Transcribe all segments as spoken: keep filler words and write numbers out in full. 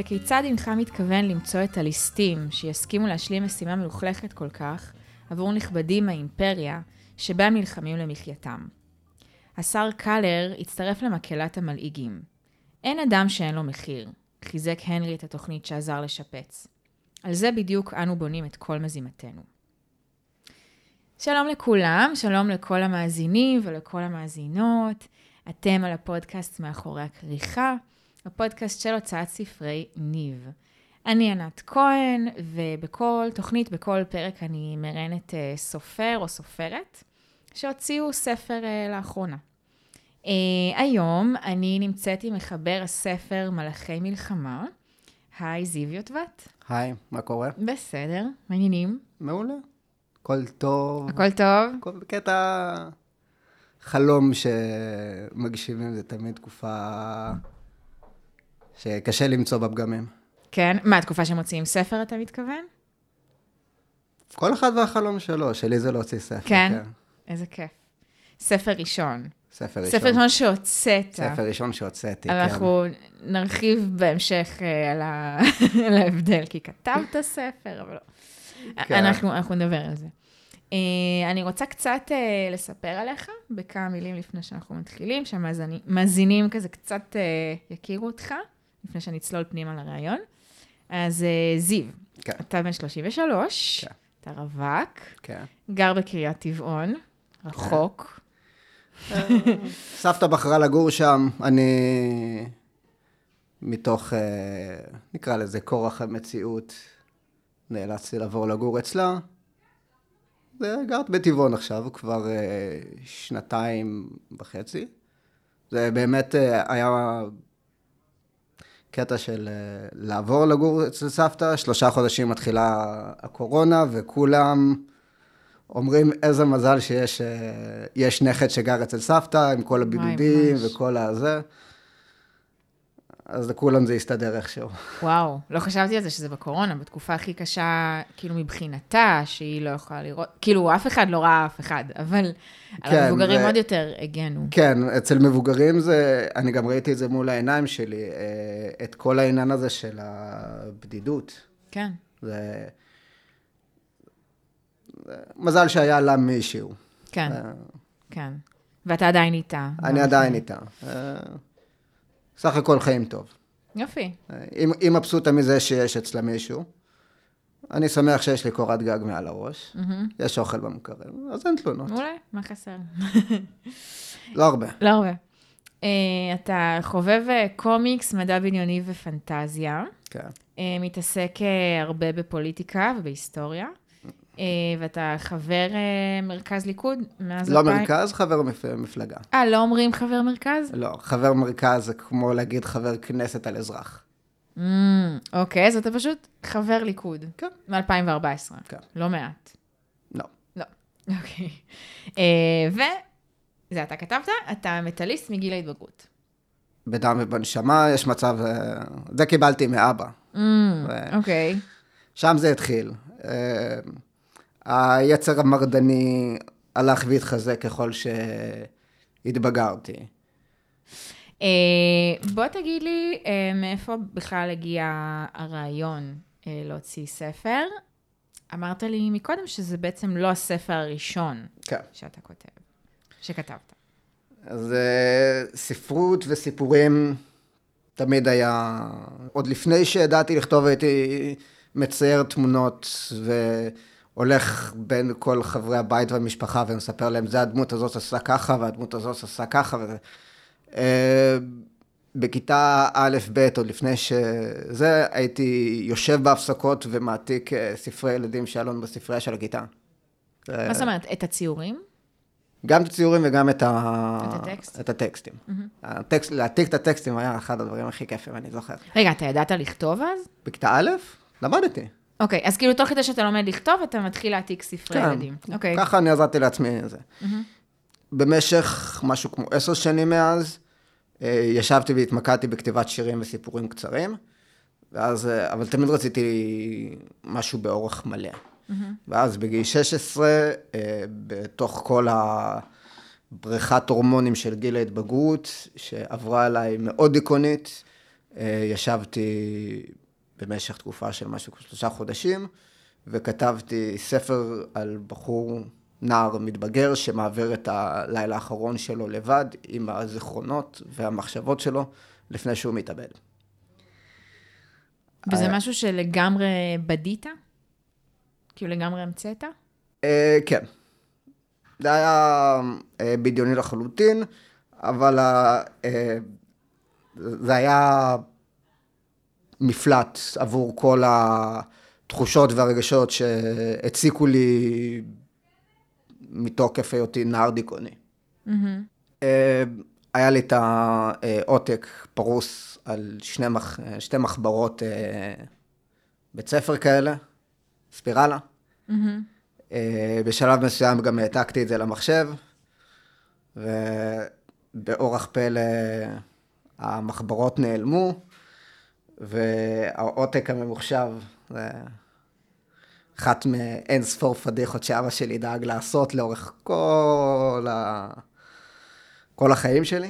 וכיצד אינך מתכוון למצוא את הליסטים שיסכימו להשלים משימה מלוכלכת כל כך עבור נכבדים מהאימפריה שבה הם נלחמים למחייתם. השר קלר הצטרף למקהלת המלעיגים. אין אדם שאין לו מחיר, חיזק הנרי את התוכנית שעזר לשפץ. על זה בדיוק אנו בונים את כל מזימתנו. שלום לכולם, שלום לכל המאזינים ולכל המאזינות. אתם על הפודקאסט מאחורי הכריכה, הפודקאסט של הוצאת ספרי ניב. אני ענת כהן, ובכל תוכנית, בכל פרק אני מראיינת סופר או סופרת, שהוציאו ספר לאחרונה. Uh, היום אני נמצאת עם מחבר הספר מלאכי מלחמה. היי, זיו יוטבת. היי, מה קורה? בסדר, מעניינים. מעולה. הכל טוב. הכל טוב. הכל בקטע חלום שמגשימים, זה תמיד תקופה שקשה למצוא בפגמים. כן, מה, תקופה שמוציאים ספר אתה מתכוון? כל אחד והחלום שלו, שלי זה להוציא ספר. כן, כן. איזה כיף. ספר ראשון. ספר ראשון. ספר ראשון שהוצאת. ספר ראשון שהוצאתי, כן. אנחנו נרחיב בהמשך על, ה... על ההבדל, כי כתבת ספר, אבל לא. כן. אנחנו, אנחנו נדבר על זה. אני רוצה קצת לספר עליך, בכמה מילים לפני שאנחנו מתחילים, שהמאזינים כזה קצת יכירו אותך, לפני שאני אצלול פנימה לרעיון. אז זיו, כן. אתה בן שלושים ושלוש, כן. אתה רווק, כן. גר בקריית טבעון, רחוק, כן. סבתא בחרה לגור שם, אני מתוך, נקרא לזה, כורח המציאות, נאלצתי לעבור לגור אצלה. גרת בטבעון עכשיו, כבר שנתיים וחצי. זה באמת היה קטע של לעבור לגור אצל סבתא, שלושה חודשים מתחילה הקורונה, וכולם אומרים איזה מזל שיש יש נכד שגר אצל סבתא, עם כל הבידודים וכל הזה. אז לכולם זה יסתדר איכשהו. וואו, לא חשבתי על זה שזה בקורונה, בתקופה הכי קשה, כאילו מבחינתה, שהיא לא יכולה לראות, כאילו אף אחד לא ראה אף אחד, אבל כן, על המבוגרים ו... עוד יותר הגנו. כן, אצל מבוגרים זה, אני גם ראיתי את זה מול העיניים שלי, את כל העניין הזה של הבדידות. כן. זה... מזל שהיה לה מישהו. כן, כן. ואתה עדיין איתה. אני עדיין איתה. סך הכל חיים טוב. יופי. היא מבסוטה מזה שיש אצלה מישהו. אני שמח שיש לי קורת גג מעל הראש. יש אוכל במקרר, אז אין תלונות. אולי, מה חסר? לא הרבה. לא הרבה. אתה חובב קומיקס, מדע בדיוני ופנטזיה. כן. מתעסק הרבה בפוליטיקה ובהיסטוריה. ואתה חבר מרכז ליכוד? לא מרכז, חבר מפלגה. אה, לא אומרים חבר מרכז? לא, חבר מרכז זה כמו להגיד חבר כנסת על אזרח. אוקיי, אז אתה פשוט חבר ליכוד. כן. מ-אלפיים וארבע עשרה. כן. לא מעט. לא. לא, אוקיי. וזה אתה כתבת, אתה מטליסט מגיל ההתבגרות. בדם ובנשמה יש מצב, זה קיבלתי מאבא. אוקיי. שם זה התחיל. היצר המרדני הלך והתחזק ככל שהתבגרתי. בוא תגיד לי, מאיפה בכלל הגיע הרעיון להוציא ספר? אמרת לי מקודם שזה בעצם לא הספר הראשון שאתה כותב, שכתבת. אז ספרות וסיפורים תמיד היה, עוד לפני שידעתי לכתוב הייתי מצייר תמונות והולך בין כל חברי הבית והמשפחה ומספר להם, זה הדמות הזאת עשה ככה והדמות הזאת עשה ככה. וזה. בכיתה א' ב' עוד לפני שזה הייתי יושב בהפסקות ומעתיק ספרי ילדים שעלון בספרייה של הכיתה. מה זאת אומרת? את הציורים? גם את הציורים וגם את, ה... את, הטקסט. את הטקסטים. Mm-hmm. הטקסט, להעתיק את הטקסטים היה אחד הדברים הכי כיפים, אני זוכר. רגע, אתה ידעת לכתוב אז? בכיתה א', למדתי. אוקיי, אז כאילו תוך כדי שאתה לומד לכתוב, אתה מתחיל להעתיק ספרי כן. ילדים. אוקיי. ככה אני עזרתי לעצמי את זה. Mm-hmm. במשך משהו כמו עשר שנים מאז, ישבתי והתמקדתי בכתיבת שירים וסיפורים קצרים, ואז, אבל תמיד רציתי משהו באורך מלא. Mm-hmm. ואז בגיל שש עשרה, בתוך כל הבריכת הורמונים של גיל ההתבגרות, שעברה עליי מאוד דיכאונית, ישבתי במשך תקופה של משהו שלושה חודשים, וכתבתי ספר על בחור נער מתבגר, שמעביר את הלילה האחרון שלו לבד, עם הזיכרונות והמחשבות שלו, לפני שהוא מתאבד. וזה משהו שלגמרי בדית? כאילו לגמרי המצאת? כן. זה היה בדיוני לחלוטין, אבל זה היה מפלט עבור כל התחושות והרגשות שהציקו לי מתוקף היותי נער דיכאוני. היה לי את העותק פרוס על שני מח... שתי מחברות בית ספר כאלה, ספירלה. בשלב מסוים גם העתקתי את זה למחשב, ובאורח פלא המחברות נעלמו, והעותק הממוחשב, זה אחת מאין ספור פדיחות שאבא שלי דאג לעשות לאורך כל, ה... כל החיים שלי.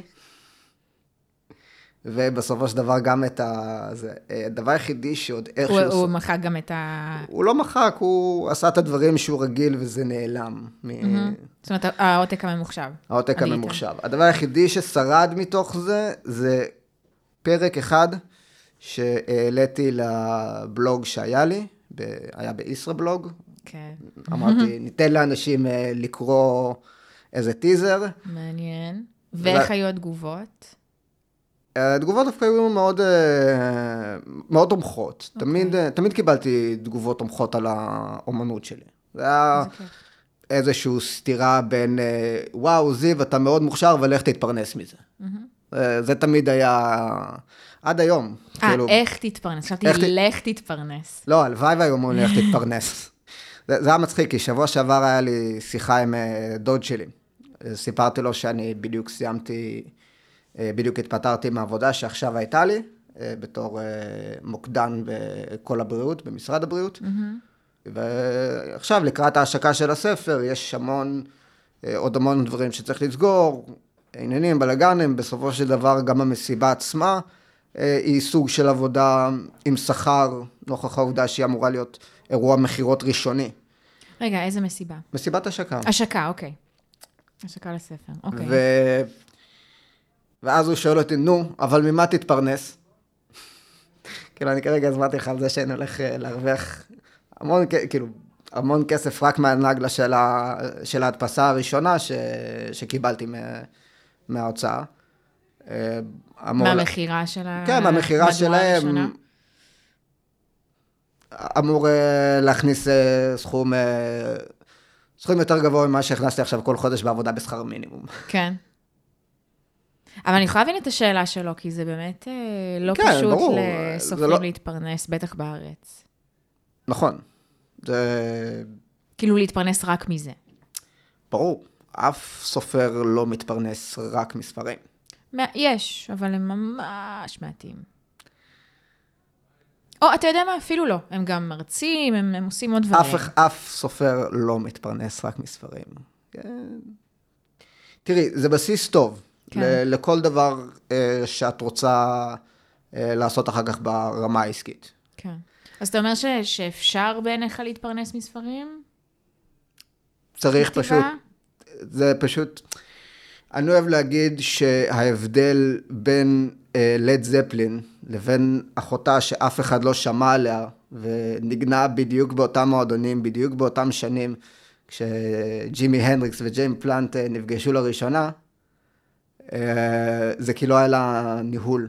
ובסופו של דבר גם את ה... זה הדבר היחידי שעוד איכשהו... הוא, הוא מחק גם את ה... הוא לא מחק, הוא עשה את הדברים שהוא רגיל וזה נעלם. Mm-hmm. מ... זאת אומרת, העותק הממוחשב. העותק הממוחשב. הדבר היחידי ששרד מתוך זה, זה פרק אחד שהעליתי לבלוג שהיה לי, ב... היה בישראבלוג. כן. אמרתי, ניתן לאנשים לקרוא איזה טיזר. מעניין. ואיך היו התגובות? התגובות דווקא היו מאוד, מאוד תומכות. Okay. תמיד, תמיד קיבלתי תגובות תומכות על האומנות שלי. זה היה איזושהי סתירה בין, וואו, זיו, אתה מאוד מוכשר, אבל איך תתפרנס מזה. Mm-hmm. זה תמיד היה, עד היום. אה, כאילו, איך תתפרנס? חשבתי, איך לך תתפרנס. לא, הלוואי והיום הוא לך תתפרנס. זה, זה היה מצחיק, כי שבוע שעבר היה לי שיחה עם דוד שלי. סיפרתי לו שאני בדיוק סיימתי... בדיוק התפטרתי מהעבודה שעכשיו הייתה לי, בתור מוקדן בכל הבריאות, במשרד הבריאות. Mm-hmm. ועכשיו, לקראת ההשקה של הספר, יש המון, עוד המון דברים שצריך לסגור, עניינים, בלגנים, בסופו של דבר גם המסיבה עצמה, היא סוג של עבודה עם שכר, נוכח העובדה שהיא אמורה להיות אירוע מחירות ראשוני. רגע, איזה מסיבה? מסיבת השקה. השקה, אוקיי. השקה לספר, אוקיי. ו... ואז הוא שואל אותי, נו, אבל ממה תתפרנס? כאילו, אני כרגע הזמנתי לך על זה שאני הולך להרוויח המון, כאילו, המון כסף רק מהנגלה של, ה, של ההדפסה הראשונה ש, שקיבלתי מה, מההוצאה. מהמחירה של ה... כן, מהמחירה שלהם. אמור להכניס סכום, סכום יותר גבוה ממה שהכנסתי עכשיו כל חודש בעבודה בשכר מינימום. כן. אבל אני יכולה להבין את השאלה שלו, כי זה באמת לא כן, פשוט ברור. לסופרים לא... להתפרנס, בטח בארץ. נכון. זה... כאילו להתפרנס רק מזה. ברור. אף סופר לא מתפרנס רק מספרים. יש, אבל הם ממש מעטים. או, אתה יודע מה? אפילו לא. הם גם מרצים, הם, הם עושים עוד דברים. אף, אף סופר לא מתפרנס רק מספרים. כן. תראי, זה בסיס טוב. כן. לכל דבר שאת רוצה לעשות אחר כך ברמה העסקית. כן. אז אתה אומר ש, שאפשר בעיניך להתפרנס מספרים? צריך פשוט, זה פשוט, אני אוהב להגיד שההבדל בין לד זפלין לבין אחותה שאף אחד לא שמע עליה, ונגנה בדיוק באותם מועדונים, בדיוק באותם שנים, כשג'ימי הנדריקס וג'יימס פלנט נפגשו לראשונה, זה כאילו היה לה ניהול.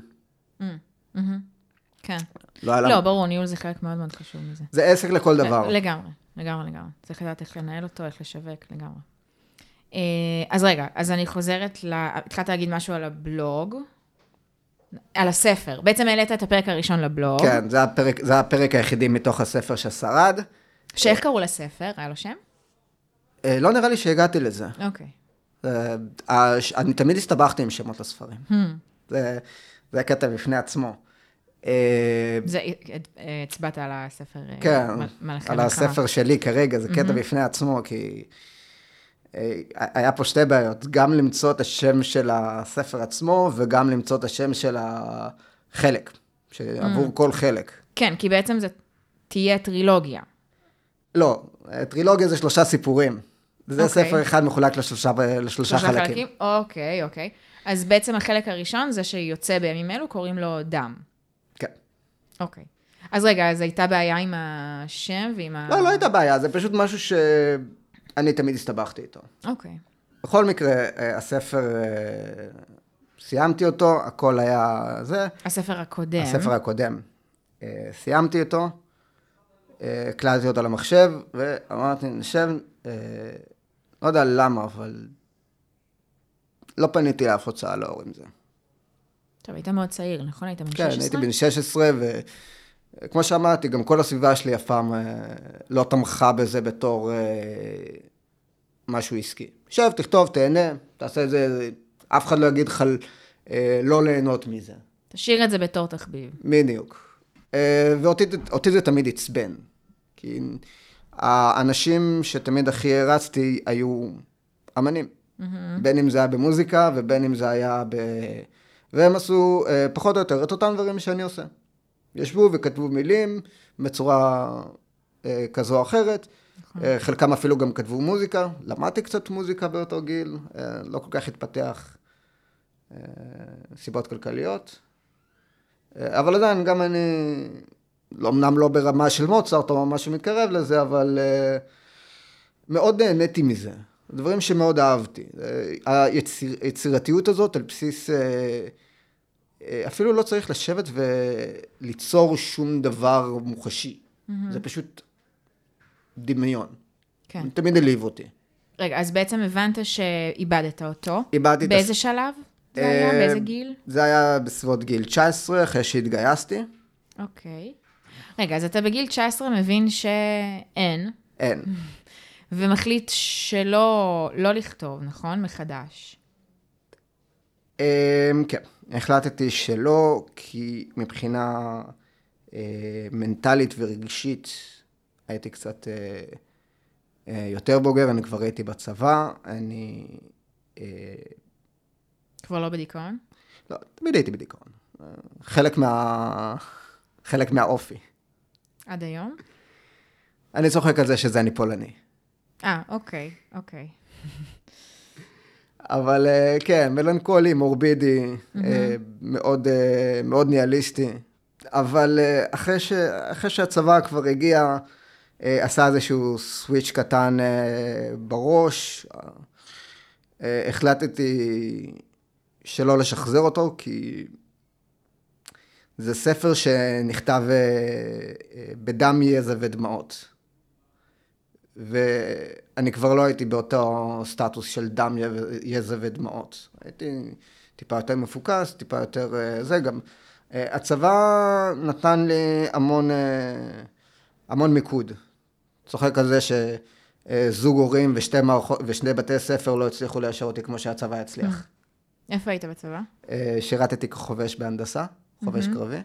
כן. לא, ברור, ניהול זה חלק מאוד מאוד חשוב מזה. זה עסק לכל דבר. לגמרי, לגמרי, לגמרי. צריך לדעת איך לנהל אותו, איך לשווק, לגמרי. אז רגע, אז אני חוזרת, התחלת להגיד משהו על הבלוג, על הספר. בעצם העלית את הפרק הראשון לבלוג. כן, זה הפרק, זה הפרק היחידי מתוך הספר ששרד. שאיך קראו לספר? היה לו שם? לא נראה לי שהגעתי לזה. אוקיי. אני תמיד הסתבכתי עם שמות הספרים. זה הקטע בפני עצמו. זה, הצבעת על הספר כן, על הספר שלי כרגע, זה קטע בפני עצמו, כי היה פה שתי בעיות, גם למצוא את השם של הספר עצמו, וגם למצוא את השם של החלק. שעבור כל חלק. כן, כי בעצם זה תהיה טרילוגיה. לא, טרילוגיה זה שלושה סיפורים. זה אוקיי. ספר אחד מחולק לשלושה, לשלושה חלקים. חלקים. אוקיי, אוקיי. אז בעצם החלק הראשון זה שיוצא בימים אלו, קוראים לו דם. כן. אוקיי. אז רגע, אז הייתה בעיה עם השם ועם ה... לא, לא הייתה בעיה, זה פשוט משהו שאני תמיד הסתבכתי איתו. אוקיי. בכל מקרה, הספר, סיימתי אותו, הכל היה זה. הספר הקודם. הספר הקודם. סיימתי אותו, הקלטתי אותו למחשב, ואמרתי, נשב, לא יודע למה, אבל לא פניתי לאף הוצאה לאור עם זה. טוב, היית מאוד צעיר, נכון? היית בן שש כן, עשרה? הייתי בן שש עשרה, וכמו שאמרתי, גם כל הסביבה שלי אף פעם לא תמכה בזה בתור משהו עסקי. שב, תכתוב, תהנה, תעשה את זה, אף אחד לא יגיד לך לא ליהנות מזה. תשאיר את זה בתור תחביב. בדיוק. ואותי זה תמיד עצבן. כי האנשים שתמיד הכי הרצתי היו אמנים. בין אם זה היה במוזיקה, ובין אם זה היה ב... והם עשו פחות או יותר את אותם דברים שאני עושה. ישבו וכתבו מילים בצורה כזו או אחרת. חלקם אפילו גם כתבו מוזיקה. למדתי קצת מוזיקה באותו גיל. לא כל כך התפתח סיבות כלכליות. אבל עדיין גם אני, אמנם לא ברמה של מוצרט או ממש שמתקרב לזה, אבל מאוד נהניתי מזה. דברים שמאוד אהבתי. היצירתיות הזאת על בסיס, אפילו לא צריך לשבת וליצור שום דבר מוחשי. זה פשוט דמיון. כן. תמיד הליב אותי. רגע, אז בעצם הבנת שאיבדת אותו. איבדתי את... באיזה שלב? זה היה? באיזה גיל? זה היה בסביבות גיל תשע עשרה, אחרי שהתגייסתי. אוקיי. רגע, אז אתה בגיל תשע עשרה מבין שאין. אין. ומחליט שלא לא לכתוב, נכון? מחדש. כן. החלטתי שלא, כי מבחינה מנטלית ורגשית הייתי קצת יותר בוגר, אני כבר הייתי בצבא, אני... כבר לא בדיכאון? לא, תמיד הייתי בדיכאון. חלק מה... חלק מהאופי. עד היום? אני צוחק על זה שזה אני פולני. אה, אוקיי, אוקיי. אבל כן, מלנכולי, מורבידי, מאוד, מאוד ניאליסטי. אבל אחרי, ש... אחרי שהצבא כבר הגיע, עשה איזשהו סוויץ' קטן בראש, החלטתי שלא לשחזר אותו, כי זה ספר שנכתב בדם, יזע ודמעות. ואני כבר לא הייתי באותו סטטוס של דם, יזע ודמעות. הייתי טיפה יותר מפוקס, טיפה יותר זה גם. הצבא נתן לי המון, המון מיקוד. צוחק על זה שזוג הורים ושתי מערכות, ושני בתי ספר לא הצליחו לאשר אותי כמו שהצבא הצליח. איפה היית בצבא? שירתתי כחובש בהנדסה, חובש קרבי.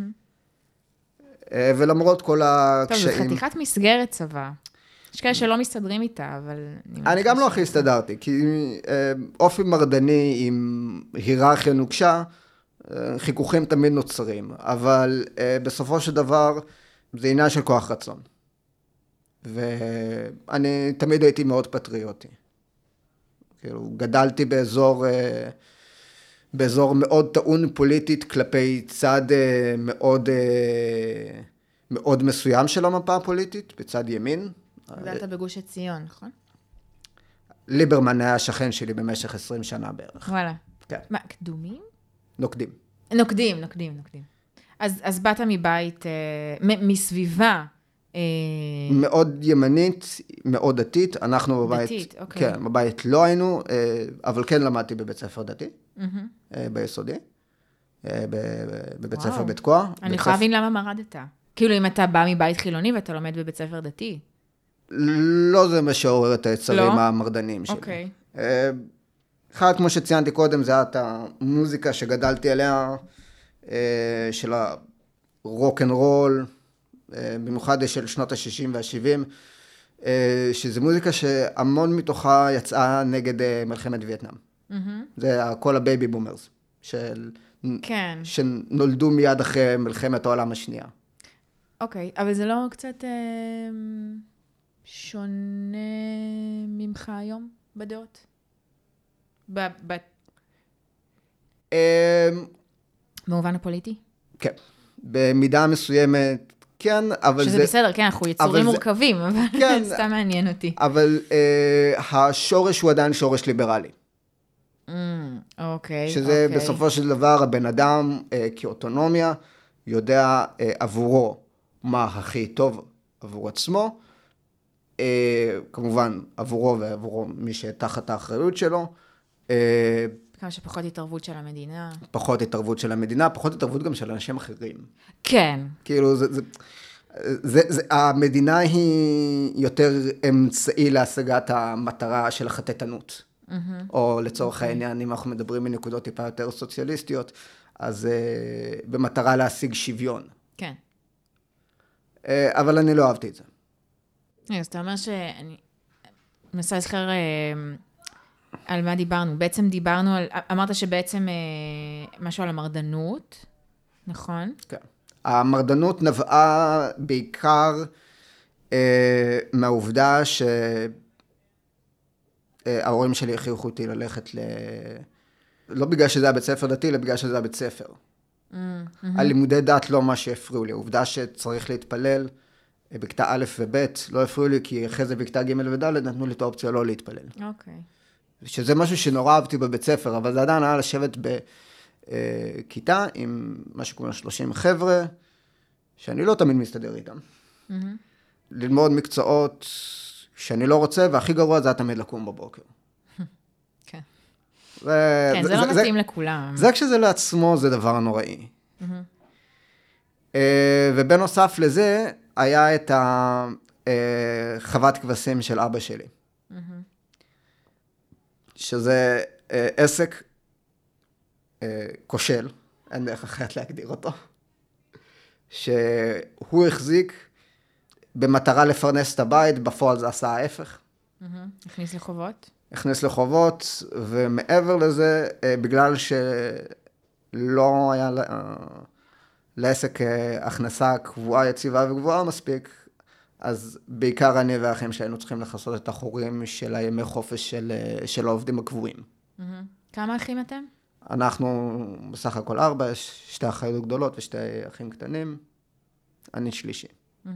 ולמרות כל הקשיים... טוב, זו חתיכת מסגרת צבא. יש כאלה שלא מסתדרים איתה, אבל... אני גם לא הכי הסתדרתי, כי אופי מרדני עם היררכיה נוקשה, חיכוכים תמיד נוצרים, אבל בסופו של דבר זה עניין של כוח רצון. ואני תמיד הייתי מאוד פטריוטי. כאילו, גדלתי באזור, באזור מאוד טעון פוליטית כלפי צד מאוד, מאוד מסוים של המפה הפוליטית, בצד ימין. גדלת בגוש עציון, נכון? ליברמן היה השכן שלי במשך עשרים שנה בערך. וואלה. כן. מה, קדומים? נוקדים. נוקדים, נוקדים, נוקדים. אז, אז באת מבית, מ- מסביבה. מאוד ימנית, מאוד דתית. אנחנו בבית... דתית, אוקיי. כן, בבית לא היינו, אבל כן למדתי בבית ספר דתי, ביסודי, בבית ספר בית תקוע. אני יכולה להבין למה מרדת. כאילו אם אתה בא מבית חילוני ואתה לומד בבית ספר דתי. לא זה מה שעורר את היצרים המרדנים שלי. אוקיי. אחד, כמו שציינתי קודם, זה היה את המוזיקה שגדלתי עליה, של הרוק אנד רול, במיוחד של שנות ה-שישים וה-שבעים, שזו מוזיקה שהמון מתוכה יצאה נגד מלחמת וייטנאם. זה כל הבייבי בומרס, של כן. שנולדו מיד אחרי מלחמת העולם השנייה. אוקיי, אבל זה לא קצת אה, שונה ממך היום בדעות? ב... ב... במובן הפוליטי? כן. במידה מסוימת, כן, אבל שזה זה... שזה בסדר, כן, אנחנו יצורים מורכבים, אבל כן, סתם מעניין אותי. אבל uh, השורש הוא עדיין שורש ליברלי. Mm, אוקיי, שזה אוקיי. בסופו של דבר, הבן אדם uh, כאוטונומיה, יודע uh, עבורו מה הכי טוב עבור עצמו, uh, כמובן עבורו ועבורו מי שתחת האחריות שלו, uh, כמה שפחות התערבות של המדינה. פחות התערבות של המדינה, פחות התערבות גם של אנשים אחרים. כן. כאילו, זה, זה, זה, זה, המדינה היא יותר אמצעי להשגת המטרה של החטטנות. Mm-hmm. או לצורך okay. העניין, אם אנחנו מדברים מנקודות טיפה יותר סוציאליסטיות, אז uh, במטרה להשיג שוויון. כן. Uh, אבל אני לא אהבתי את זה. אז אתה אומר שאני מנסה לזכר... על מה דיברנו? בעצם דיברנו על... אמרת שבעצם אה, משהו על המרדנות, נכון? כן. המרדנות נבעה בעיקר אה, מהעובדה שההורים שלי הכריחו אותי ללכת ל... לא בגלל שזה היה בית ספר דתי, אלא בגלל שזה היה בית ספר. Mm-hmm. הלימודי דת לא מה שהפריעו לי. העובדה שצריך להתפלל בכתה א' וב' לא הפריעו לי, כי אחרי זה בכתה ג' וד' נתנו לי את האופציה לא להתפלל. אוקיי. Okay. שזה משהו שנורא אהבתי בבית ספר, אבל זה עדיין היה לשבת בכיתה עם משהו כמו שלושים חבר'ה, שאני לא תמיד מסתדר איתם. Mm-hmm. ללמוד מקצועות שאני לא רוצה, והכי גרוע זה היה תמיד לקום בבוקר. כן. זה, כן, זה, זה לא זה, מתאים זה, לכולם. זה כשזה לעצמו, זה דבר נוראי. Mm-hmm. ובנוסף לזה, היה את החוות כבשים של אבא שלי. Mm-hmm. שזה אה, עסק אה, כושל, אין דרך אחרת להגדיר אותו, שהוא החזיק במטרה לפרנס את הבית, בפועל זה עשה ההפך. Mm-hmm. הכניס לחובות? הכניס לחובות, ומעבר לזה, אה, בגלל שלא היה אה, לעסק אה, הכנסה קבועה, יציבה וגבוהה מספיק, אז בעיקר אני והאחים שהיינו צריכים לחסות את החורים של הימי חופש של, של העובדים הקבועים. Mm-hmm. כמה אחים אתם? אנחנו בסך הכל ארבע, יש שתי אחיות גדולות ושתי אחים קטנים. אני שלישי. Mm-hmm.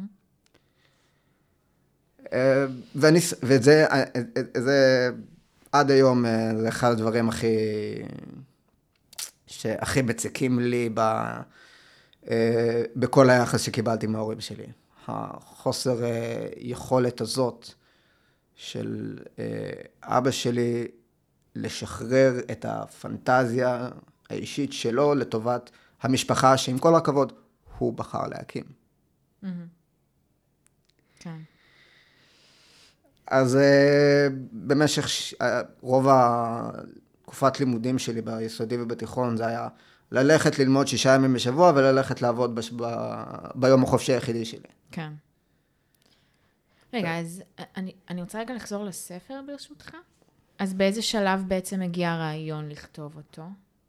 ואני, וזה זה, עד היום זה אחד הדברים הכי, שהכי מציקים לי ב, בכל היחס שקיבלתי מההורים שלי. החוסר יכולת הזאת של אבא שלי לשחרר את הפנטזיה האישית שלו לטובת המשפחה שעם כל הכבוד הוא בחר להקים. כן. אז במשך רוב התקופת לימודים שלי ביסודי ובתיכון זה היה ללכת ללמוד שישה ימים בשבוע וללכת לעבוד בש... ב... ביום החופשי היחידי שלי. כן. רגע, אז אני, אני רוצה רגע לחזור לספר ברשותך. אז באיזה שלב בעצם הגיע הרעיון לכתוב אותו?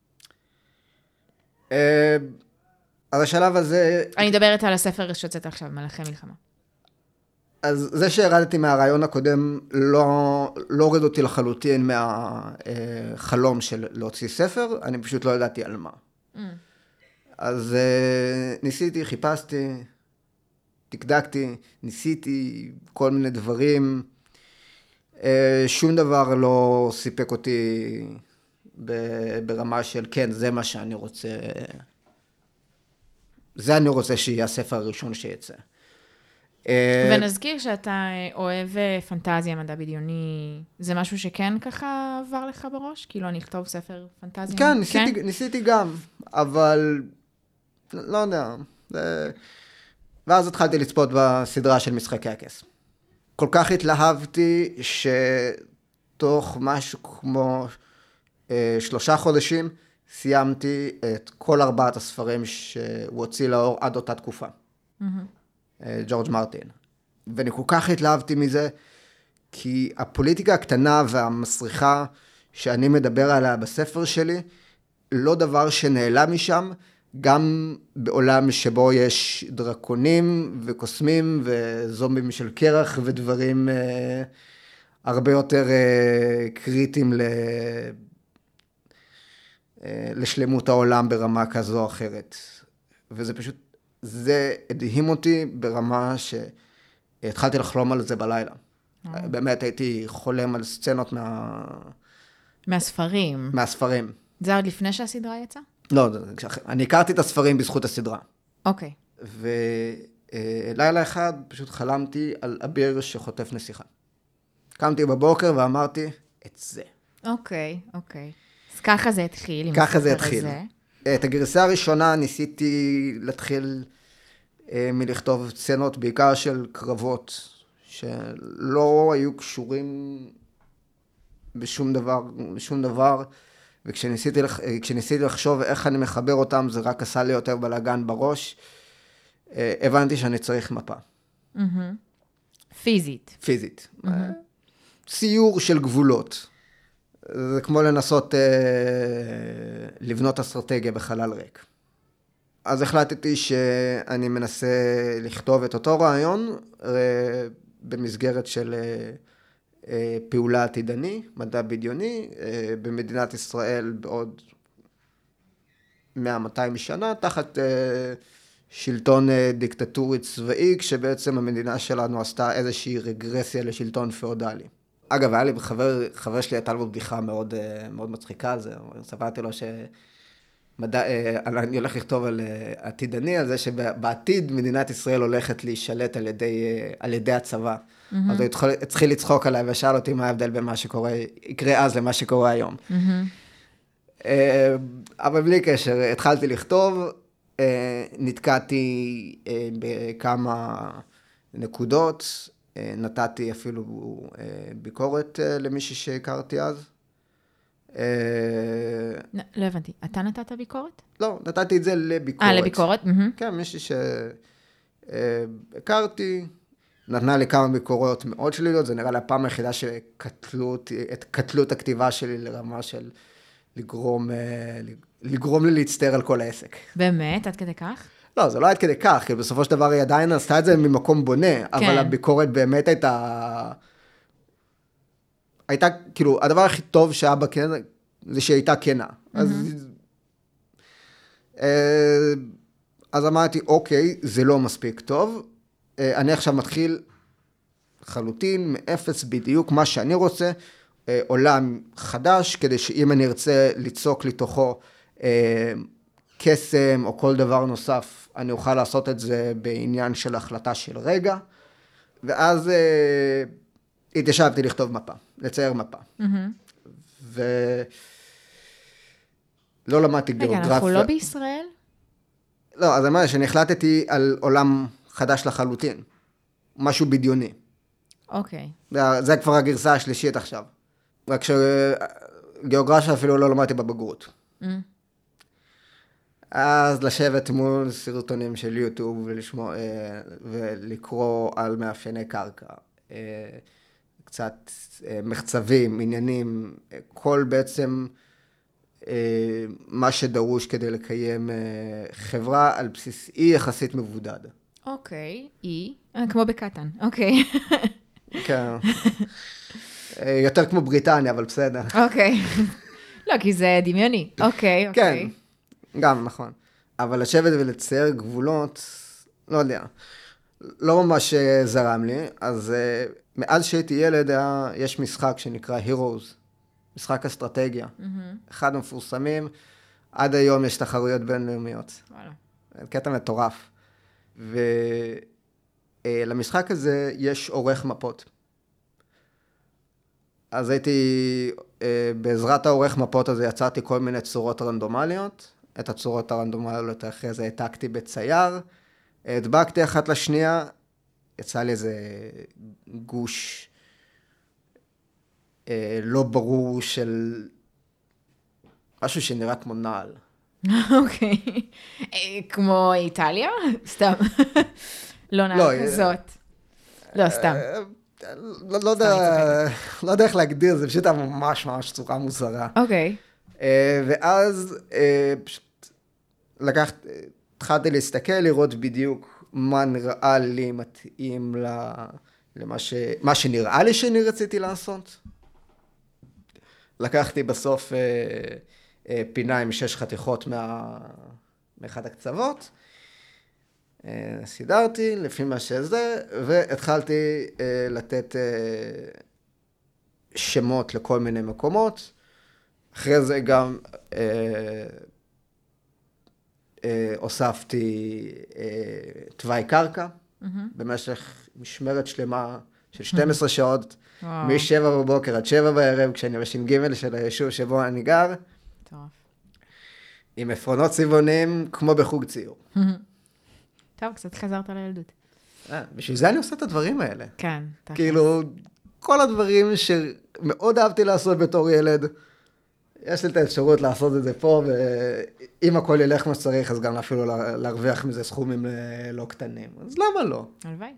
אז השלב הזה... אני מדברת על הספר שיוצאת עכשיו, מלאכי מלחמה. אז זה שהרדתי מהרעיון הקודם לא, לא הוריד אותי לחלוטין מהחלום של להוציא ספר, אני פשוט לא ידעתי על מה. Mm. אז ניסיתי, חיפשתי, תקדקתי, ניסיתי כל מיני דברים, שום דבר לא סיפק אותי ברמה של כן, זה מה שאני רוצה, זה אני רוצה שיהיה הספר הראשון שיצא. ונזכיר שאתה אוהב פנטזיה, מדע בדיוני, זה משהו שכן ככה עבר לך בראש? כאילו אני אכתוב ספר פנטזיה? כן, ניסיתי, כן? ניסיתי גם, אבל לא יודע. זה... ואז התחלתי לצפות בסדרה של משחקי הכס. כל כך התלהבתי שתוך משהו כמו אה, שלושה חודשים סיימתי את כל ארבעת הספרים שהוא הוציא לאור עד אותה תקופה. Mm-hmm. ג'ורג' מרטין. ואני כל כך התלהבתי מזה, כי הפוליטיקה הקטנה והמסריחה שאני מדבר עליה בספר שלי, לא דבר שנעלם משם, גם בעולם שבו יש דרקונים וקוסמים וזומבים של קרח ודברים אה, הרבה יותר אה, קריטיים ל... אה, לשלמות העולם ברמה כזו או אחרת. וזה פשוט, זה הדהים אותי ברמה שהתחלתי לחלום על זה בלילה. אה. באמת הייתי חולם על סצנות מה... מהספרים. מהספרים. זה עוד לפני שהסדרה יצאה? לא, אני הכרתי את הספרים בזכות הסדרה. אוקיי. ולילה אחד פשוט חלמתי על אביר שחוטף נסיכה. קמתי בבוקר ואמרתי, את זה. אוקיי, אוקיי. אז ככה זה התחיל. ככה זה התחיל. את הגרסה הראשונה ניסיתי להתחיל מלכתוב סצנות, בעיקר של קרבות, שלא היו קשורים בשום דבר, בשום דבר, וכשניסיתי לח... כשניסיתי לחשוב איך אני מחבר אותם, זה רק עשה לי יותר בלגן בראש. הבנתי שאני צריך מפה. פיזית. פיזית. ציור של גבולות. זה כמו לנסות לבנות אסטרטגיה בחלל ריק. אז החלטתי שאני מנסה לכתוב את אותו רעיון במסגרת של פעולה עתידני, מדע בדיוני, במדינת ישראל בעוד מאה מאתיים שנה, תחת שלטון דיקטטורי צבאי, כשבעצם המדינה שלנו עשתה איזושהי רגרסיה לשלטון פאודלי. אגב, היה לי חבר, חבר שלי הייתה לו בדיחה מאוד, מאוד מצחיקה, זה, סברתי לו שמדע, אני הולך לכתוב על עתידני, על זה שבעתיד מדינת ישראל הולכת להישלט על ידי, על ידי הצבא. Mm-hmm. אז הוא התחיל לצחוק עליי ושאל אותי מה ההבדל בין מה שקורה, יקרה אז למה שקורה היום. Mm-hmm. אבל בלי קשר, התחלתי לכתוב, נתקעתי בכמה נקודות, נתתי אפילו ביקורת למישהי שהכרתי אז. לא הבנתי, אתה נתת ביקורת? לא, נתתי את זה לביקורת. אה, לביקורת? כן, מישהי שהכרתי, נתנה לי כמה ביקורות מאוד שליליות, זה נראה לי הפעם היחידה שקטלו את הכתיבה שלי לרמה של לגרום, לגרום לי להצטער על כל העסק. באמת? עד כדי כך? לא, זה לא עד כדי כך, כי בסופו של דבר היא עדיין עשתה את זה ממקום בונה, אבל הביקורת באמת הייתה, הייתה, כאילו, הדבר הכי טוב שהיה בה כן, זה שהיא הייתה כנה. אז, אז אמרתי, אוקיי, זה לא מספיק טוב, אני עכשיו מתחיל חלוטין, מאפס בדיוק, מה שאני רוצה, עולם חדש, כדי שאם אני ארצה ליצוק לתוכו קסם או כל דבר נוסף, אני אוכל לעשות את זה בעניין של החלטה של רגע, ואז אה, התיישבתי לכתוב מפה, לצייר מפה. Mm-hmm. ולא למדתי גיאוגרפיה. רגע, אנחנו לא בישראל? לא, אז אמרתי שאני החלטתי על עולם חדש לחלוטין, משהו בדיוני. אוקיי. Okay. זה, זה כבר הגרסה השלישית עכשיו. רק שגיאוגרפיה אפילו לא למדתי בבגרות. Mm-hmm. אז לשבת מול סרטונים של יוטיוב ולשמוע, ולקרוא על מאפייני קרקע, קצת מחצבים, עניינים, כל בעצם מה שדרוש כדי לקיים חברה על בסיס אי יחסית מבודד. אוקיי, אי, כמו בקטן, אוקיי. כן. יותר כמו בריטניה, אבל בסדר. אוקיי. לא, כי זה דמיוני. אוקיי, אוקיי. כן. גם, נכון. אבל לשבת ולצייר גבולות, לא יודע, לא ממש זרם לי. אז מאז שהייתי ילד, יש משחק שנקרא Heroes, משחק אסטרטגיה. Mm-hmm. אחד המפורסמים, עד היום יש תחרויות בינלאומיות. וואלה. קטע מטורף. ולמשחק הזה יש עורך מפות. אז הייתי, בעזרת העורך מפות הזה, יצרתי כל מיני צורות רנדומליות. את הצורות הרנדומליות אחרי זה העתקתי בצייר, הדבקתי אחת לשנייה, יצא לי איזה גוש אה, לא ברור של משהו שנראה כמו נעל. אוקיי. כמו איטליה? סתם. לא נעל כזאת. לא, סתם. לא יודע איך להגדיר, זה פשוט ממש ממש צורה מוזרה. אוקיי. ואז פשוט לקחת, התחלתי להסתכל, לראות בדיוק מה נראה לי מתאים למה ש, מה שנראה לי שאני רציתי לעשות. לקחתי בסוף פינה עם שש חתיכות מה, מאחד הקצוות, סידרתי לפי מה שזה, והתחלתי לתת שמות לכל מיני מקומות. אחרי זה גם אה, אה, הוספתי אה, תוואי קרקע, mm-hmm. במשך משמרת שלמה של שתים עשרה שעות, wow. משבע בבוקר עד שבע בערב, כשאני בש"ג של היישוב שבו אני גר, טוב. עם עפרונות צבעונים, כמו בחוג ציור. טוב, קצת חזרת לילדות. אה, בשביל זה אני עושה את הדברים האלה. כן. כאילו, כל הדברים שמאוד אהבתי לעשות בתור ילד, יש לי את האפשרות לעשות את זה פה, ואם הכל ילך מה שצריך, אז גם אפילו להרוויח מזה סכומים לא קטנים. אז למה לא? הלוואי.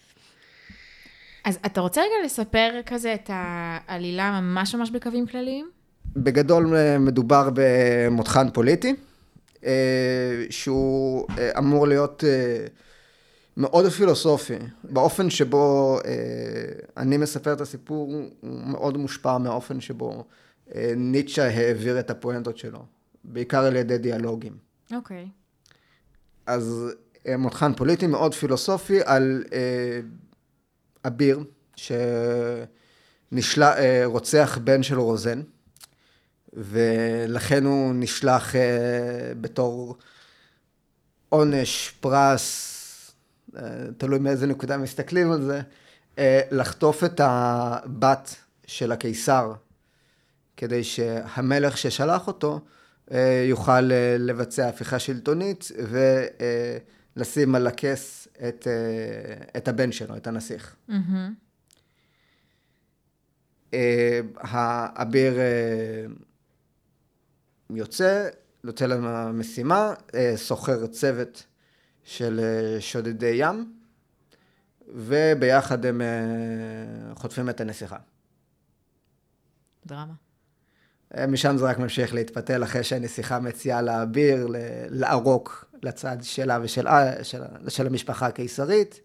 אז אתה רוצה רגע לספר כזה את העלילה ממש ממש בקווים כלליים? בגדול מדובר במותחן פוליטי, שהוא אמור להיות מאוד פילוסופי. באופן שבו אני מספר את הסיפור, הוא מאוד מושפע מהאופן שבו ניטשה העביר את הפואנטות שלו, בעיקר על ידי דיאלוגים. אוקיי. אז מותחן פוליטי מאוד פילוסופי על אביר, שרוצח בן של רוזן, ולכן הוא נשלח בתור עונש, פרס, תלוי מאיזה נקודה מסתכלים על זה, לחטוף את הבת של הקיסר, כדי שהמלך ששלח אותו יוכל לבצע הפיכה שלטונית ולשים על הכס את, את הבן שלו, את הנסיך. Mm-hmm. האביר יוצא, יוצא למשימה, סוחר צוות של שודדי ים, וביחד הם חוטפים את הנסיכה. דרמה. משם זה רק ממשיך להתפתל אחרי שהנסיכה מציעה לאביר לערוק לצד שלה ושל של, של המשפחה הקיסרית.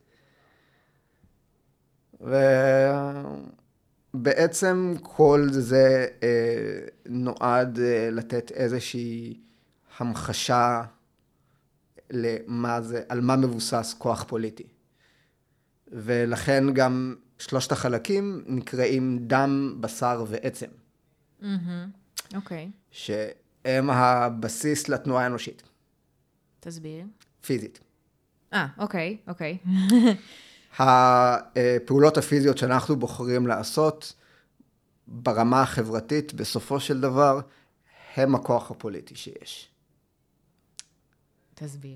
ובעצם כל זה אה, נועד אה, לתת איזושהי המחשה למה זה, על מה מבוסס כוח פוליטי. ולכן גם שלושת החלקים נקראים דם, בשר ועצם. אוקיי. שהם הבסיס לתנועה האנושית. תסביר. פיזית. אה, אוקיי, אוקיי. הפעולות הפיזיות שאנחנו בוחרים לעשות ברמה החברתית, בסופו של דבר, הם הכוח הפוליטי שיש. תסביר.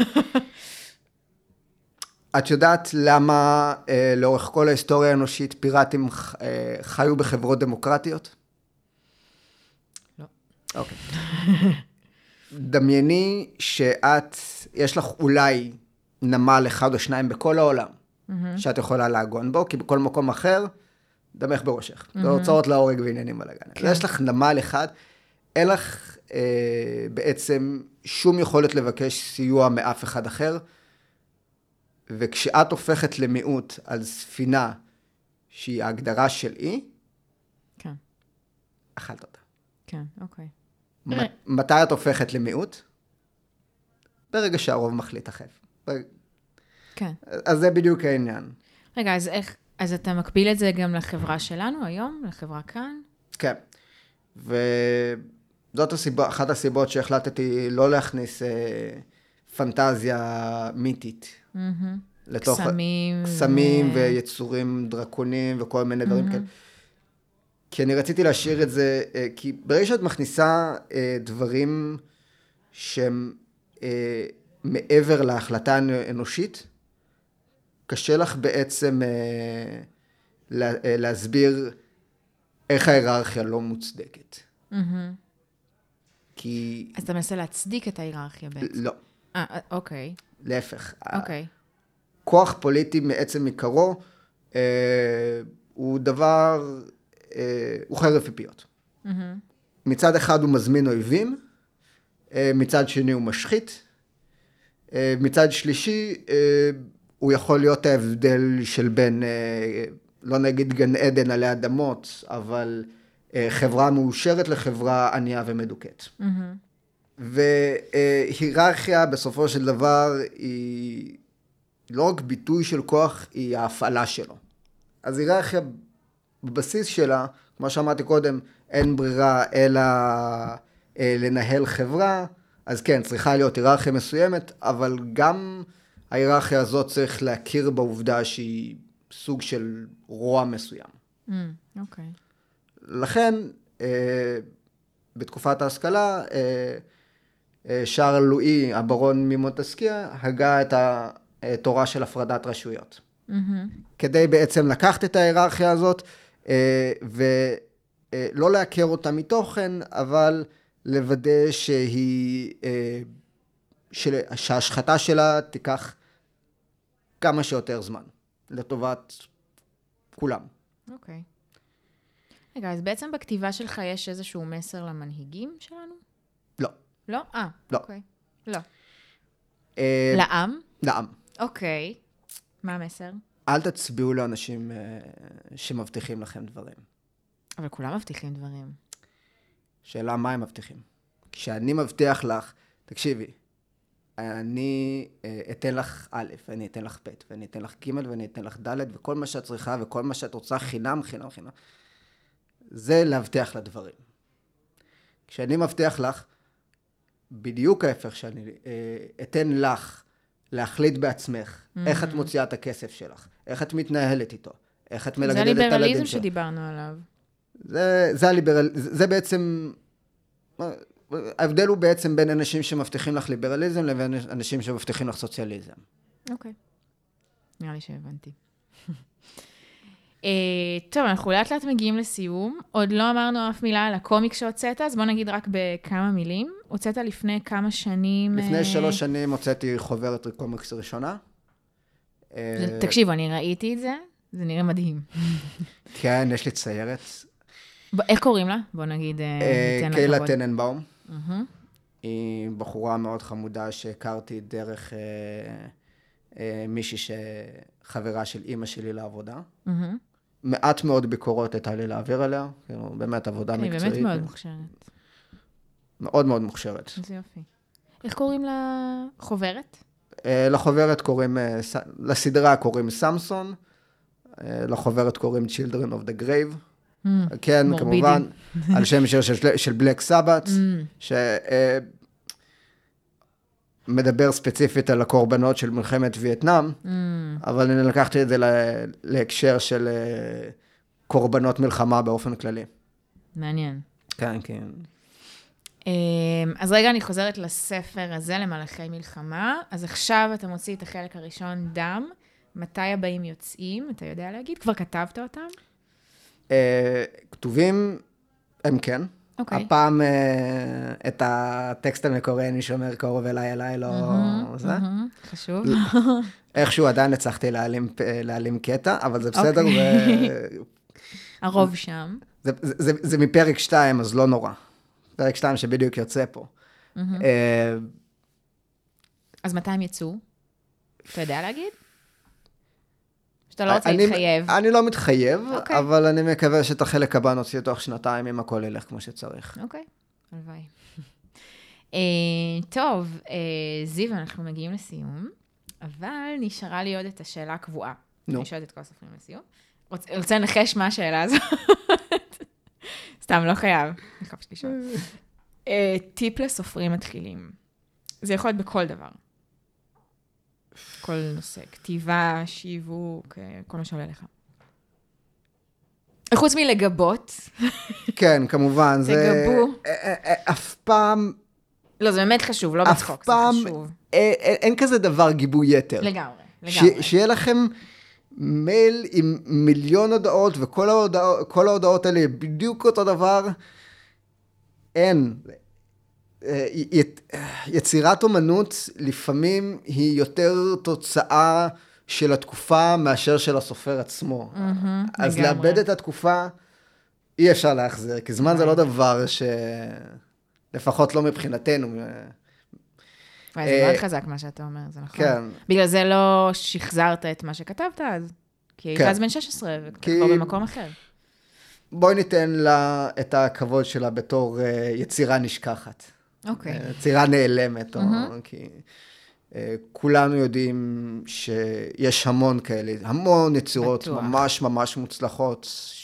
את יודעת למה אה, לאורך כל ההיסטוריה האנושית פיראטים אה, חיו בחברות דמוקרטיות? לא. אוקיי. דמייני שאת, יש לך אולי נמל אחד או שניים בכל העולם, mm-hmm. שאת יכולה להגון בו, כי בכל מקום אחר, דמך בראשך. Mm-hmm. זה הוצאות להורג ועניינים על הגן. כן. יש לך נמל אחד, אין לך אה, בעצם שום יכולת לבקש סיוע מאף אחד אחר, וכשאת הופכת למיעוט על ספינה שהיא ההגדרה של אי, כן. אכלת אותה. כן, אוקיי. מתי את הופכת למיעוט? ברגע שהרוב מחליט אחר. ברגע... כן. אז זה בדיוק העניין. רגע, אז איך, אז אתה מקביל את זה גם לחברה שלנו היום, לחברה כאן? כן. וזאת הסיבה, אחת הסיבות שהחלטתי לא להכניס אה, פנטזיה מיתית. Mm-hmm. לתוך... קסמים. קסמים ו... ויצורים דרקונים וכל מיני mm-hmm. דברים כאלה. כי אני רציתי להשאיר את זה, כי ברגע שאת מכניסה דברים שהם מעבר להחלטה האנושית, קשה לך בעצם להסביר איך ההיררכיה לא מוצדקת. Mm-hmm. כי... אז אתה מנסה להצדיק את ההיררכיה בעצם? לא. אה, אוקיי. להפך. אוקיי. כוח פוליטי מעצם עיקרו, הוא דבר... הוא חרב פיפיות. Mm-hmm. מצד אחד הוא מזמין אויבים, מצד שני הוא משחית, מצד שלישי הוא יכול להיות ההבדל של בין, לא נגיד גן עדן עלי אדמות, אבל חברה מאושרת לחברה ענייה ומדוכאת. Mm-hmm. והיררכיה בסופו של דבר היא לא רק ביטוי של כוח, היא ההפעלה שלו. אז היררכיה בבסיס שלה, כמו שאמרתי קודם, אין ברירה אלא אה, לנהל חברה, אז כן, צריכה להיות היררכיה מסוימת, אבל גם ההיררכיה הזאת צריך להכיר בעובדה שהיא סוג של רוע מסוים. Mm, אוקיי. לכן, אה, בתקופת ההשכלה, אה, אה, שרל לואי, הברון ממונטסקיה, הגה את התורה של הפרדת רשויות. Mm-hmm. כדי בעצם לקחת את ההיררכיה הזאת, אה, ולא להכיר אותה מתוכן, אבל לוודא שהיא, אה, של, שההשחתה שלה תיקח כמה שיותר זמן, לטובת כולם. אוקיי. רגע, אז בעצם בכתיבה שלך יש איזשהו מסר למנהיגים שלנו? לא. לא? אה, לא. אוקיי. לא. אה, לעם? לעם. אוקיי. מה המסר? אל תצביעו לאנשים אה, שמבטיחים לכם דברים. אבל כולם מבטיחים דברים. שאלה, מה הם מבטיחים? כשאני מבטיח לך, תקשיבי, אני אה, אתן לך א', ואני אתן לך ב', ואני אתן לך ג', ואני אתן לך ד', וכל מה שאת צריכה, וכל מה שאת רוצה, חינם, חינם, חינם. זה להבטיח לדברים. כשאני מבטיח לך, בדיוק ההפך שאני אה, אתן לך, להחליט בעצמך, mm-hmm. איך את מוציאה את הכסף שלך, איך את מתנהלת איתו, איך את מלגדלת את הילדים שלך. זה הליברליזם שדיברנו עליו. זה, זה הליברל... זה בעצם, ההבדל הוא בעצם בין אנשים שמבטיחים לך ליברליזם, לבין אנשים שמבטיחים לך סוציאליזם. אוקיי. נראה לי שהבנתי. טוב, אנחנו לאט לאט מגיעים לסיום. עוד לא אמרנו אף מילה על הקומיק שהוצאת, אז בוא נגיד רק בכמה מילים. הוצאת לפני כמה שנים... לפני שלוש שנים הוצאתי חוברת קומיקס ראשונה. תקשיבו, אני ראיתי את זה, זה נראה מדהים. כן, יש לי ציירת. איך קוראים לה? בוא נגיד, ניתן לה קיילה כבוד. טננבאום. היא בחורה מאוד חמודה שהכרתי דרך מישהי שחברה של אימא שלי לעבודה. מעט מאוד ביקורות הייתה לי להעביר עליה, באמת עבודה מקצועית. היא באמת מאוד מוכשרת. מאוד מאוד מוכשרת. זה יופי. איך קוראים לחוברת? לחוברת קוראים, לסדרה קוראים סמסון, לחוברת קוראים Children of the Grave. כן, כמובן, על שם שיר של בלק סבת, שמדבר ספציפית על הקורבנות של מלחמת וייטנאם, אבל אני לקחתי את זה להקשר של קורבנות מלחמה באופן כללי. מעניין. כן, כן. אז רגע, אני חוזרת לספר הזה, למלאכי מלחמה. אז עכשיו אתה מוציא את החלק הראשון, דם. מתי הבאים יוצאים? אתה יודע להגיד? כבר כתבת אותם? כתובים, הם כן. אוקיי. הפעם את הטקסט המקורי, אני שומר קרוב אליי, אליי, לא זה. חשוב. איכשהו עדיין הצלחתי להעלים קטע, אבל זה בסדר. הרוב שם. זה מפרק שתיים, אז לא נורא. פרק שתיים שבדיוק יוצא פה. אז מתי הם יצאו? אתה יודע להגיד? שאתה לא רוצה להתחייב. אני לא מתחייב, אבל אני מקווה שאת החלק הבא נוציא תוך שנתיים, אם הכל ילך כמו שצריך. אוקיי, הלוואי. טוב, זיו, אנחנו מגיעים לסיום, אבל נשארה לי עוד את השאלה הקבועה. אני שואלת את כל הסופרים לסיום. רוצה לנחש מה השאלה הזאת? סתם, לא חייב. אני חייב לשאול. טיפ לסופרים מתחילים. זה יכול להיות בכל דבר. כל נושא, כתיבה, שיווק, כל מה שעולה לך. חוץ מלגבות. כן, כמובן. תגבו. אף פעם... לא, זה באמת חשוב, לא בצחוק, זה חשוב. אין כזה דבר גיבוי יתר. לגמרי, לגמרי. שיהיה לכם מייל עם מיליון הודעות, וכל ההודעות האלה בדיוק אותו דבר. אין. יצירת אומנות לפעמים היא יותר תוצאה של התקופה מאשר של הסופר עצמו. אז לאבד את התקופה אי אפשר להחזיר, כי זמן זה לא דבר ש... לפחות לא מבחינתנו. וואי, זה מאוד חזק מה שאתה אומר, זה נכון. כן. בגלל זה לא שחזרת את מה שכתבת אז, כי היית אז בן שש עשרה, וכבר במקום אחר. בואי ניתן לה את הכבוד שלה בתור יצירה נשכחת. אוקיי. יצירה נעלמת, כי כולנו יודעים שיש המון כאלה, המון יצירות ממש ממש מוצלחות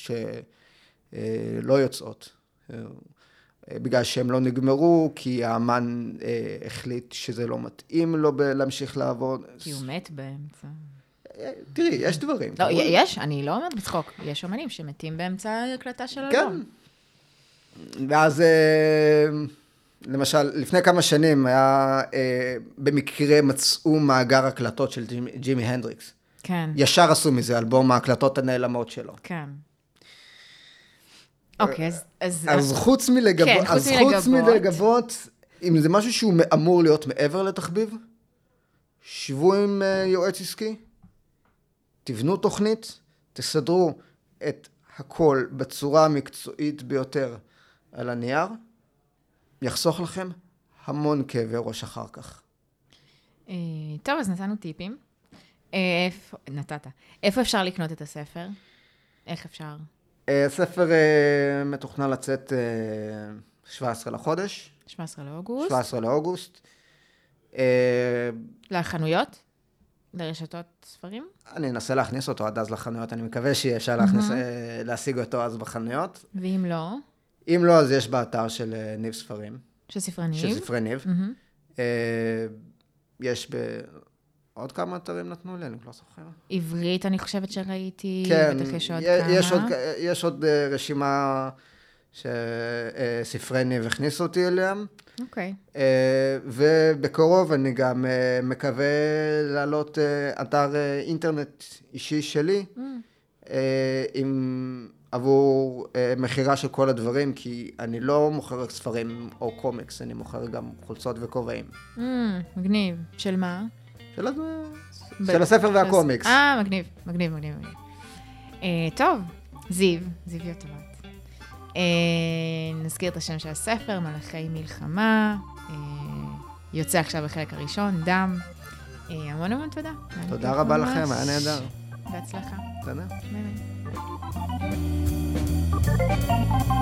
שלא יוצאות. בגלל שהם לא נגמרו, כי האמן אה, החליט שזה לא מתאים לו להמשיך לעבוד. כי הוא מת באמצע. תראי, יש דברים. לא, יש, אני לא אומרת בצחוק. יש אומנים שמתים באמצע הקלטה של אלבום. כן. ואז, אה, למשל, לפני כמה שנים היה, אה, במקרה מצאו מאגר הקלטות של ג'ימי, ג'ימי הנדריקס. כן. ישר עשו מזה אלבום ההקלטות הנעלמות שלו. כן. אוקיי, אז... אז, אז חוץ מלגבות, כן, אז חוץ, חוץ מלגבות, אם זה משהו שהוא אמור להיות מעבר לתחביב, שבו עם uh, יועץ עסקי, תבנו תוכנית, תסדרו את הכל בצורה המקצועית ביותר על הנייר, יחסוך לכם המון כאבי ראש אחר כך. טוב, אז נתנו טיפים. איפה, נתת. איפה אפשר לקנות את הספר? איך אפשר? הספר מתוכנן לצאת שבעה עשר לחודש. שבעה עשר לאוגוסט. שבעה עשר לאוגוסט. לחנויות? לרשתות ספרים? אני אנסה להכניס אותו עד אז לחנויות. אני מקווה שאפשר להכניס, להשיג אותו אז בחנויות. ואם לא? אם לא, אז יש באתר של ניב ספרים. של ספרי ניב? של ספרי ניב. יש ב... עוד כמה אתרים נתנו לי, אני לא זוכר. עברית, אני חושבת שראיתי, כן, בטח יש עוד יש כמה. עוד, יש עוד רשימה שספרי ניב הכניסו אותי אליהם. אוקיי. ובקרוב אני גם מקווה לעלות אתר אינטרנט אישי שלי, עם עבור מחירה של כל הדברים, כי אני לא מוכר רק ספרים או קומיקס, אני מוכר גם חולצות וכובעים. מגניב. של מה? של, של הספר והקומיקס. אה, מגניב, מגניב, מגניב. אה, טוב, זיו, זיו יוטבת. אה, נזכיר את השם של הספר, מלאכי מלחמה, אה, יוצא עכשיו בחלק הראשון, דם. אה, המון המון תודה. תודה רבה ממש. לכם, היה נהדר. בהצלחה. תודה. ביי ביי.